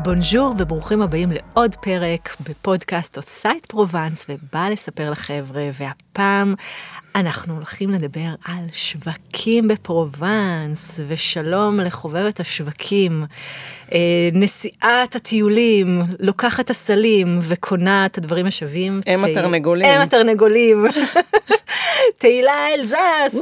בונז'ור וברוכים הבאים לעוד פרק בפודקאסט עושה את פרובנס ובא לספר לחבר'ה, והפעם אנחנו הולכים לדבר על שווקים בפרובנס, ושלום לחובבת השווקים, נסיעת הטיולים, לוקחת הסלים וקונה את הדברים השווים. הם התרנגולים. הם התרנגולים. תהילה אלזס,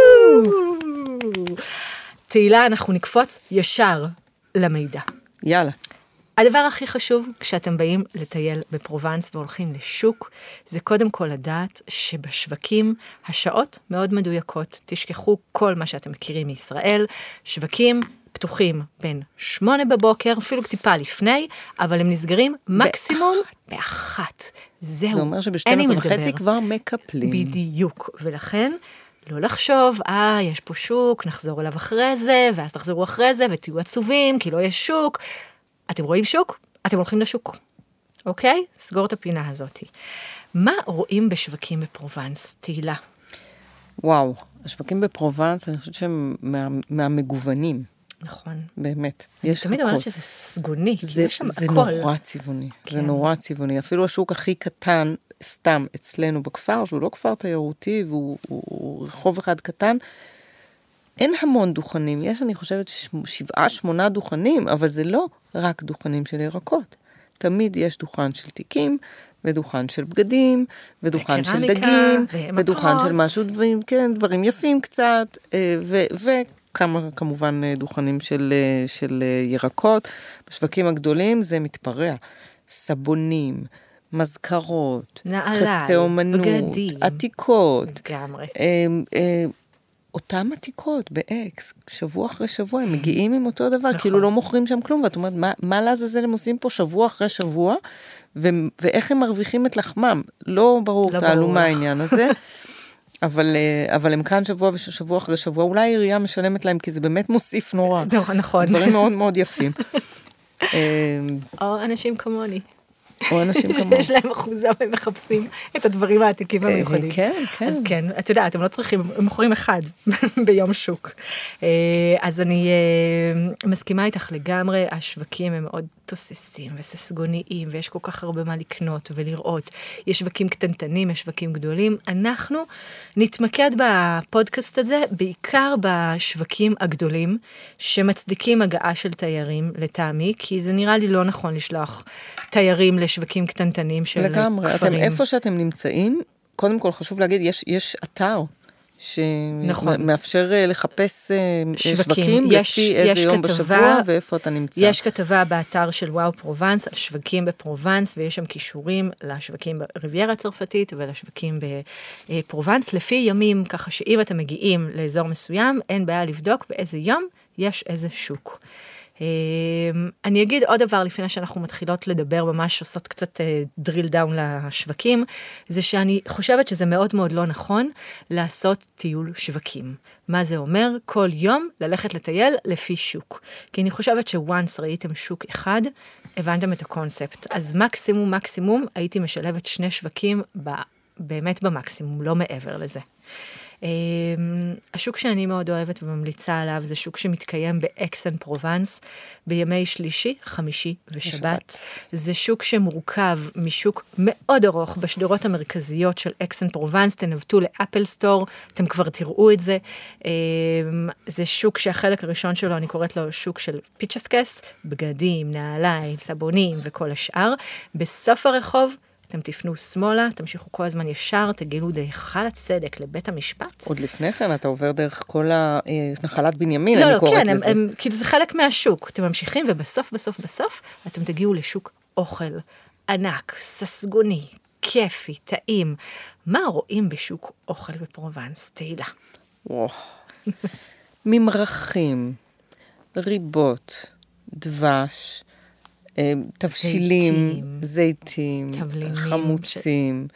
תהילה, אנחנו נקפוץ ישר למידע. יאללה. הדבר הכי חשוב כשאתם באים לטייל בפרובנס והולכים לשוק, זה קודם כל לדעת שבשווקים השעות מאוד מדויקות. תשכחו כל מה שאתם מכירים מישראל. שווקים פתוחים בין 8 בבוקר, אפילו טיפה לפני, אבל הם נסגרים מקסימום ב-1. זהו. זה אומר שב-12:30 כבר מקפלים. בדיוק. ולכן לא לחשוב, יש פה שוק, נחזור אליו אחרי זה, ואז תחזרו אחרי זה, ותהיו עצובים, כי לא יש שוק. אתם רואים שוק? אתם הולכים לשוק. אוקיי? סגור את הפינה הזאת. מה רואים בשווקים בפרובנס, תהילה? וואו, השווקים בפרובנס, אני חושבת שהם מהמגוונים. נכון. באמת. אני תמיד אומרת שזה סגוני, כי יש שם הכל. זה נורא צבעוני. זה נורא צבעוני. אפילו השוק הכי קטן, סתם אצלנו בכפר, שהוא לא כפר תיירותי, והוא רחוב אחד קטן, אין המון דוכנים, יש אני חושבת 7-8 דוכנים, אבל זה לא רק דוכנים של ירקות. תמיד יש דוכן של תיקים, ודוכן של בגדים, ודוכן של דגים, ודוכן של משהו, דברים יפים קצת, וכמה כמובן דוכנים של ירקות. בשווקים הגדולים זה מתפרע. סבונים, מזכרות, חפצי אומנות, בגדים, עתיקות. לגמרי. אותם עתיקות באקס, שבוע אחרי שבוע, הם מגיעים עם אותו דבר, כאילו לא מוכרים שם כלום, ואת אומרת, מה לעזאזל הם עושים פה שבוע אחרי שבוע, ואיך הם מרוויחים את לחמם? לא ברור, תעלו מה העניין הזה, אבל הם כאן שבוע ושבוע אחרי שבוע, אולי העירייה משלמת להם, כי זה באמת מוסיף נורא. נכון. דברים מאוד מאוד יפים. או אנשים כמוני. או אנשים כמוני. שיש להם אחוזה והם מחפשים את הדברים העתיקים המיוחדים. כן. אז כן, אתה יודע, אתם לא צריכים, הם מוכרים אחד ביום שוק. אז אני מסכימה איתך לגמרי, השווקים הם מאוד תוססים וססגוניים, ויש כל כך הרבה מה לקנות ולראות. יש שווקים קטנטנים, יש שווקים גדולים. אנחנו נתמקד בפודקאסט הזה, בעיקר בשווקים הגדולים, שמצדיקים הגעה של תיירים לטעמי, כי זה נראה לי לא נכון לשלוח תיירים לשווקים קטנטנים של לגמרי. כפרים. אתם איפה שאתם נמצאים, קודם כל חשוב להגיד, יש אתר שמאפשר לחפש שווקים לפי איזה יום בשבוע ואיפה אתה נמצא. יש כתבה באתר של וואו פרובנס על שווקים בפרובנס, ויש שם קישורים לשווקים בריביירה הצרפתית ולשווקים בפרובנס, לפי ימים, ככה שאם אתם מגיעים לאזור מסוים, אין בעיה לבדוק באיזה יום יש איזה שוק. אני אגיד עוד דבר לפני שאנחנו מתחילות לדבר ממש, עושות קצת דריל דאון לשווקים, זה שאני חושבת שזה מאוד מאוד לא נכון לעשות טיול שווקים. מה זה אומר? כל יום ללכת לטייל לפי שוק. כי אני חושבת שוואנס ראיתם שוק אחד, הבנתם את הקונספט. אז מקסימום הייתי משלבת 2 שווקים באמת במקסימום, לא מעבר לזה. השוק שאני מאוד אוהבת וממליצה עליו זה שוק שמתקיים באקסן פרובנס בימי שלישי, חמישי ושבת. זה שוק שמורכב משוק מאוד ארוך בשדרות המרכזיות של אקסן פרובנס, תנווטו לאפל סטור, אתם כבר תראו את זה. זה שוק שהחלק הראשון שלו אני קוראת לו שוק של פיצ'פקס, בגדים, נעליים, סבונים וכל השאר. בסוף הרחוב אתם תפנו שמאלה, תמשיכו כל הזמן ישר, תגילו דרך הצדק לבית המשפט. עוד לפני כן, אתה עובר דרך כל נחלת בנימין, אני קוראת לזה. כן, כאילו זה חלק מהשוק. אתם ממשיכים, ובסוף, אתם תגיעו לשוק אוכל ענק, ססגוני, כיפי, טעים. מה רואים בשוק אוכל בפרובנס, תהילה? וואו. ממרחים, ריבות, דבש, תבשילים, זיתים, חמוצים,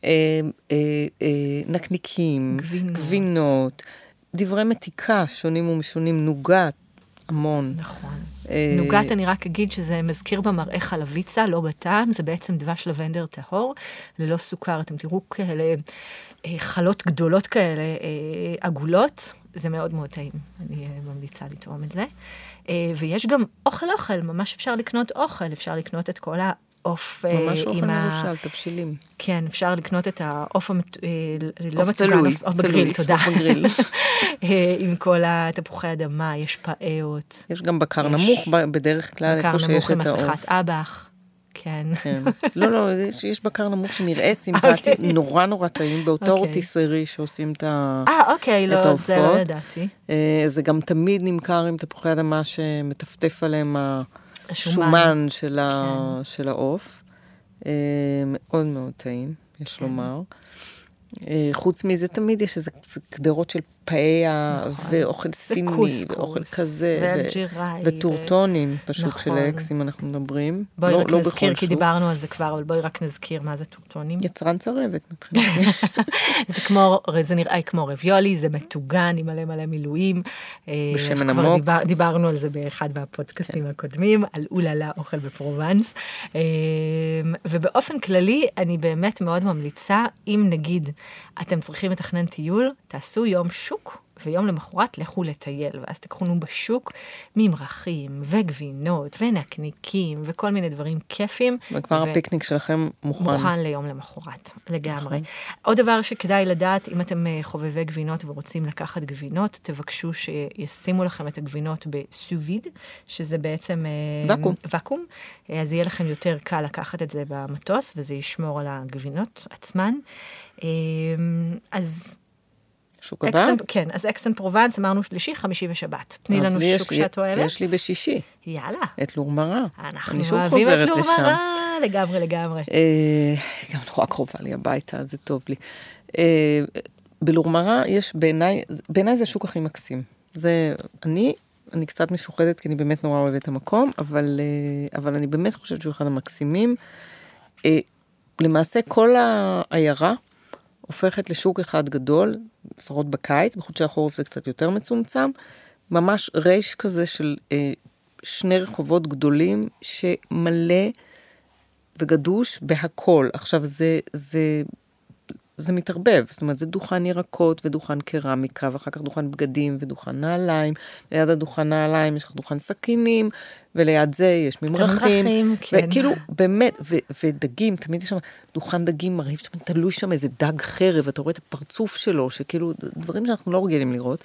נקניקים, גבינות, דברי מתיקה שונים ומשונים, נוגת, המון. נכון. נוגת אני רק אגיד שזה מזכיר במראה חלביצה, לא בטעם, זה בעצם דבש לבנדר טהור, ללא סוכר. אתם תראו כאלה חלות גדולות כאלה, עגולות, זה מאוד מאוד טעים, אני ממליצה לתרום את זה. ויש גם אוכל, ממש אפשר לקנות אוכל, אפשר לקנות את כל העוף ממש אוכל מבושל, תבשילים. כן, אפשר לקנות את העוף עוף צלוי, בגריל, תודה. בגריל. עם כל התפוחי אדמה, יש פאות. יש גם בקר נמוך בדרך כלל, איפה שיש את העוף. בקר נמוך עם מסכת אבח. כן. לא, יש בקר נמוך שנראה סימפטי, נורא טעים, באותו רוטיסרי שעושים את העופות. אוקיי, לא, זה לא ידעתי. זה גם תמיד נמכר עם תפוחי אדמה שמטפטף עליהם השומן של העוף. מאוד מאוד טעים, יש לומר. חוץ מזה, תמיד יש איזה קדרות של פאיה, ואוכל סיני, ואוכל כזה, וטורטונים, פשוט של האקס, אם אנחנו מדברים. בואי רק נזכיר, כי דיברנו על זה כבר, אבל בואי רק נזכיר מה זה טורטונים. יצרן צרבת, מבחינתי. זה נראה כמו רביולי, זה מטוגן עם מלא מילואים. בשמן עמוק. כבר דיברנו על זה באחד מהפודקאסטים הקודמים, על אוללה אוכל בפרובנס. ובאופן כללי, אני באמת מאוד ממליצה, אם נגיד, אתם צריכים לתכנן טיול, תעשו יום שוק, ויום למחרת לכו לטייל, ואז תקחונו בשוק ממרחים וגבינות ונקניקים וכל מיני דברים כיפים. וכבר הפיקניק שלכם מוכן ליום למחרת, לגמרי. עוד דבר שכדאי לדעת, אם אתם חובבי גבינות ורוצים לקחת גבינות, תבקשו שישימו לכם את הגבינות בסוביד, שזה בעצם וקום. אז יהיה לכם יותר קל לקחת את זה במטוס, וזה ישמור על הגבינות עצמן. אז שוק הבא? כן, אז אקסן פרובנס, אמרנו שלישי, חמישי ושבת. תני לנו שוק שאת אוהבת. יש לי בשישי. יאללה. את לורמרה. אנחנו אוהבים את לורמרה, לגמרי. גם נורא קרובה לי הביתה, זה טוב לי. בלורמרה יש בעיניי זה השוק הכי מקסים. זה, אני קצת משוחדת, כי אני באמת נורא אוהבת את המקום, אבל אני באמת חושבת שהוא אחד המקסימים. למעשה כל העיירה, הופכת לשוק אחד גדול, לפחות בקיץ, בחודשי החורף זה קצת יותר מצומצם, ממש רייש כזה של שני רחובות גדולים, שמלא וגדוש בהכל. עכשיו זה מתערבב, זאת אומרת, זה דוכן ירקות ודוכן קרמיקה, ואחר כך דוכן בגדים ודוכן נעליים, ליד הדוכן נעליים יש דוכן סכינים, וליד זה יש ממרחים, וכאילו באמת, ודגים, תמיד יש שם דוכן דגים מרהיב, תלוי שם איזה דג חרב, אתה רואה את הפרצוף שלו, שכאילו דברים שאנחנו לא רגילים לראות.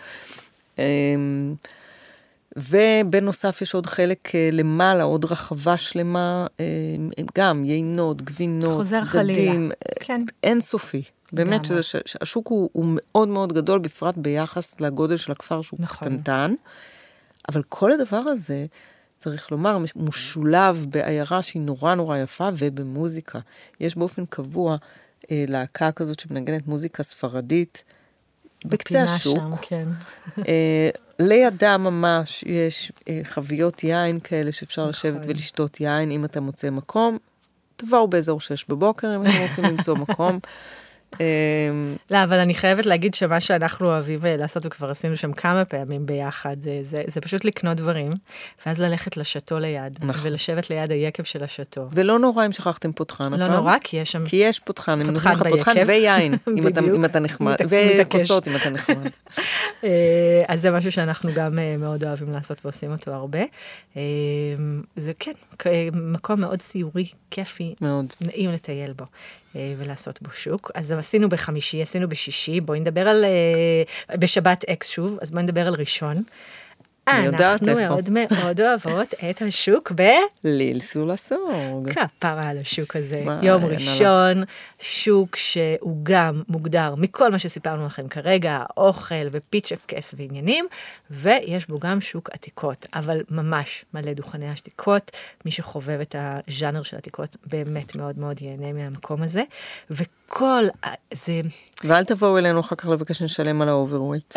ובנוסף יש עוד חלק למעלה, עוד רחבה שלמה, גם יינות, גבינות, גדים, אינסופי. באמת שהשוק הוא מאוד מאוד גדול, בפרט ביחס לגודל של הכפר שהוא קטנטן, אבל כל הדבר הזה, צריך לומר, משולב בעיירה שהיא נורא יפה, ובמוזיקה. יש באופן קבוע להקה כזאת שמנגנת מוזיקה ספרדית, בקצה השוק. שם, כן. לידה ממש יש חביות יין כאלה שאפשר לשבת ולשתות יין, אם אתה מוצא מקום, תבואו באזור 6 בבוקר, אם אתם רוצים למצוא מקום. לא, אבל אני חייבת להגיד שמה שאנחנו אוהבים לעשות, וכבר עשינו שם כמה פעמים ביחד, זה פשוט לקנות דברים, ואז ללכת לשטו ליד, ולשבת ליד היקב של השטו. ולא נורא אם שכחתם פותחן. לא נורא, כי יש שם... כי יש פותחן, הם נותנים לך פותחן ויין, אם אתה נחמד, וכוסות אם אתה נחמד. אז זה משהו שאנחנו גם מאוד אוהבים לעשות, ועושים אותו הרבה. זה כן, מקום מאוד סיורי, כיפי, נעים לטייל בו. ולעשות בו שוק. אז עשינו בחמישי, עשינו בשישי, בואי נדבר על, בשבת אקס שוב, אז בואי נדבר על ראשון. אנחנו מאוד מאוד אוהבות את השוק ליל סולסורג. כפרה על השוק הזה. יום ראשון, שוק שהוא גם מוגדר מכל מה שסיפרנו לכם כרגע, אוכל ופיצ'פקס ועניינים, ויש בו גם שוק עתיקות, אבל ממש מלא דוכני עתיקות. מי שחובב את הז'אנר של עתיקות באמת מאוד מאוד ייהנה מהמקום הזה, וכל זה... ואל תבואו אלינו אחר כך לבקש נשלם על האוברווייט.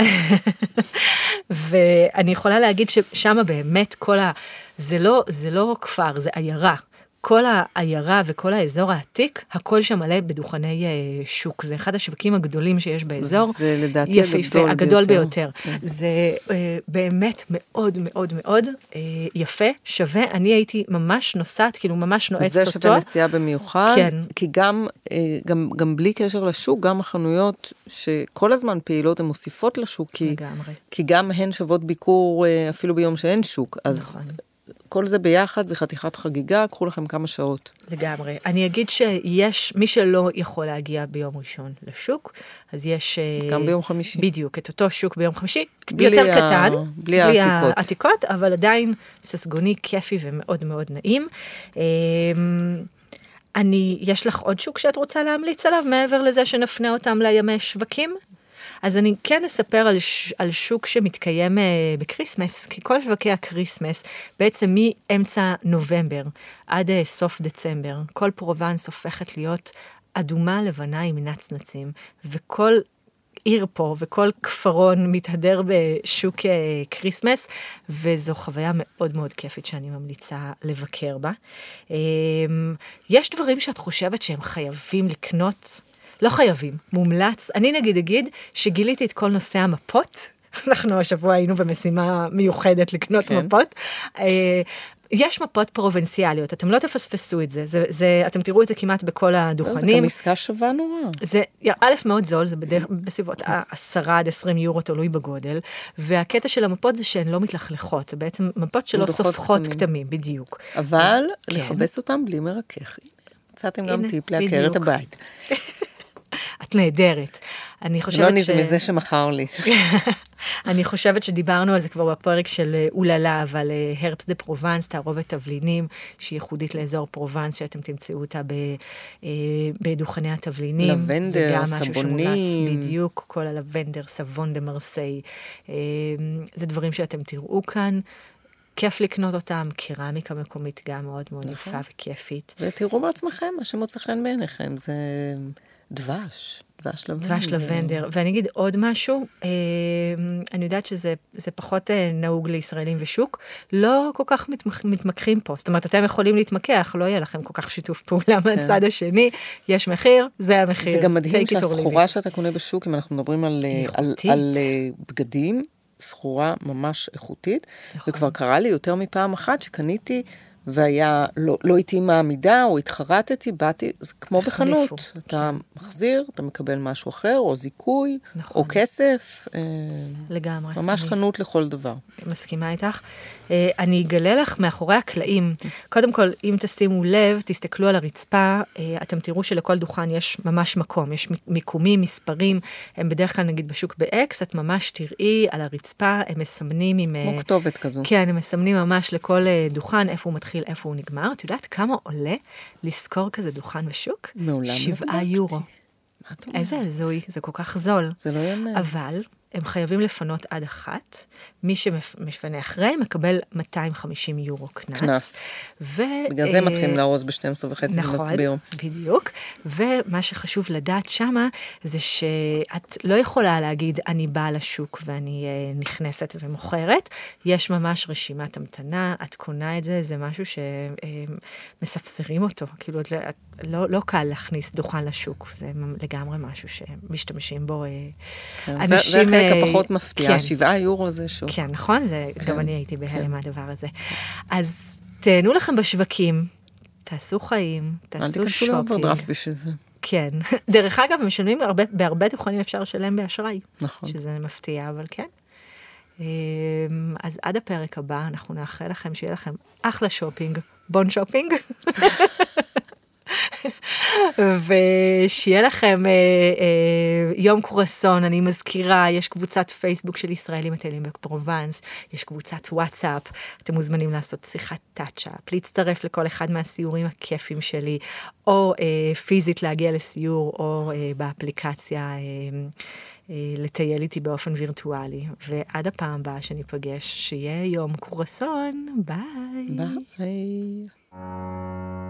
ואני יכולה להגיד ששם באמת כל זה לא כפר, זה עיירה. כל העיירה וכל האזור העתיק, הכל שם מלא בדוכני שוק. זה אחד השווקים הגדולים שיש באזור. זה לדעתי הגדול ביותר. זה באמת מאוד מאוד מאוד יפה, שווה. אני הייתי ממש נוסעת, כאילו ממש נועצת אותו. זה שווה נסיעה במיוחד. כן. כי גם בלי קשר לשוק, גם החנויות שכל הזמן פעילות, הן מוסיפות לשוק, כי גם הן שוות ביקור אפילו ביום שאין שוק. אז כל זה ביחד, זה חתיכת חגיגה, קחו לכם כמה שעות. לגמרי. אני אגיד שיש, מי שלא יכול להגיע ביום ראשון לשוק, אז יש... גם ביום חמישי. בדיוק, את אותו שוק ביום חמישי, יותר קטן. בלי העתיקות, אבל עדיין ססגוני, כיפי ומאוד מאוד נעים. יש לך עוד שוק שאת רוצה להמליץ עליו, מעבר לזה שנפנה אותם לימי שווקים? אז אני כן אספר על שוק שמתקיים בקריסמס, כי כל שווקי הקריסמס, בעצם מאמצע נובמבר עד סוף דצמבר, כל פרובנס הופכת להיות אדומה לבנה עם נצנצים, וכל עיר פה וכל כפרון מתהדר בשוק קריסמס, וזו חוויה מאוד מאוד כיפית שאני ממליצה לבקר בה. יש דברים שאת חושבת שהם חייבים לקנות, לא חייבים, מומלץ. אני אגיד שגיליתי את כל נושא המפות, אנחנו השבוע היינו במשימה מיוחדת לקנות מפות, יש מפות פרובנציאליות, אתם לא תפספסו את זה, אתם תראו את זה כמעט בכל הדוכנים. זה גם עסקה שווה נורא. זה א' מאוד זול, זה בסביבות 10 עד 20 יורו, תלוי בגודל, והקטע של המפות זה שהן לא מתלכלכות, זה בעצם מפות שלא סופחות כתמים, בדיוק. אבל לחבס אותם בלי מרכך. מצאתם גם טיפ להכר את הבית. את נהדרת. אני חושבת לא, אני זה מזה שמחר לי. אני חושבת שדיברנו על זה כבר בפרק של אוללה, אבל הרפס דה פרובנס, תערובת תבלינים, שהיא ייחודית לאזור פרובנס, שאתם תמצאו אותה בדוכני התבלינים. לבנדר, סבונים. בדיוק, כל הלבנדר, סבון דה מרסיי. זה דברים שאתם תראו כאן. כיף לקנות אותם, קרמיקה מקומית גם מאוד מאוד יפה וכיפית. ותראו בעצמכם, מה שמוצא חן בעיניכם, זה דבש לבנדר. דבש לבנדר. ואני אגיד עוד משהו, אני יודעת שזה פחות נהוג לישראלים ושוק, לא כל כך מתמקחים פה. זאת אומרת, אתם יכולים להתמקח, לא יהיה לכם כל כך שיתוף פעולה מהצד השני, יש מחיר, זה המחיר. זה גם מדהים שהסחורה שאתה קונה בשוק, אם אנחנו מדברים על בגדים, סחורה ממש איכותית, וכבר קרה לי יותר מפעם אחת שקניתי, והיה, לא איתי מעמידה, או התחרטתי, באתי, זה כמו בחנות. אתה מחזיר, אתה מקבל משהו אחר, או זיכוי, או כסף. לגמרי. ממש חנות לכל דבר. מסכימה איתך. אני אגלה לך מאחורי הקלעים. קודם כל, אם תשימו לב, תסתכלו על הרצפה, אתם תראו שלכל דוכן יש ממש מקום, יש מיקומים, מספרים, הם בדרך כלל נגיד בשוק באקס, את ממש תראי על הרצפה, הם מסמנים עם... כמו כתובת כזו. כן, הם מסמנים ממש לכל דוכן, איפה הוא מתחיל, איפה הוא נגמר. את יודעת כמה עולה לשכור כזה דוכן בשוק? מעולם 7 יורו. איזה הזוי, זה כל כך זול. זה לא יאמן. אבל הם חייבים לפנות עד 1, מי שמפנה אחרי מקבל 250 יורו קנס. בגלל זה מתחילים להרוז ב-12:30 ומסביר. נכון, בדיוק. ומה שחשוב לדעת שמה, זה שאת לא יכולה להגיד, אני באה לשוק ואני נכנסת ומוכרת. יש ממש רשימת המתנה, את קונה את זה, זה משהו שמספסרים אותו. כאילו, לא קל להכניס דוכן לשוק, זה לגמרי משהו שמשתמשים בו אנשים... זה החלק הפחות מפתיע, 7 יורו זה שוק. כן, נכון, גם אני הייתי בהלם מהדבר הזה. אז תהנו לכם בשווקים, תעשו חיים, תעשו שופינג. אל תיכנסו לאוברדרפט בשביל זה. כן. דרך אגב, הם משלמים בהרבה דוכנים אפשר לשלם באשראי. נכון. שזה מפתיע, אבל כן. אז עד הפרק הבא, אנחנו נאחל לכם שיהיה לכם אחלה שופינג, בון שופינג. ושיהיה לכם יום קורסון, אני מזכירה, יש קבוצת פייסבוק של ישראלים מטיילים בפרובנס, יש קבוצת וואטסאפ, אתם מוזמנים לעשות שיחת טאצ'אפ, להצטרף לכל אחד מהסיורים הכיפים שלי, או פיזית להגיע לסיור, או באפליקציה לטייל איתי באופן וירטואלי. ועד הפעם הבאה שניפגש, שיהיה יום קורסון, ביי. ביי.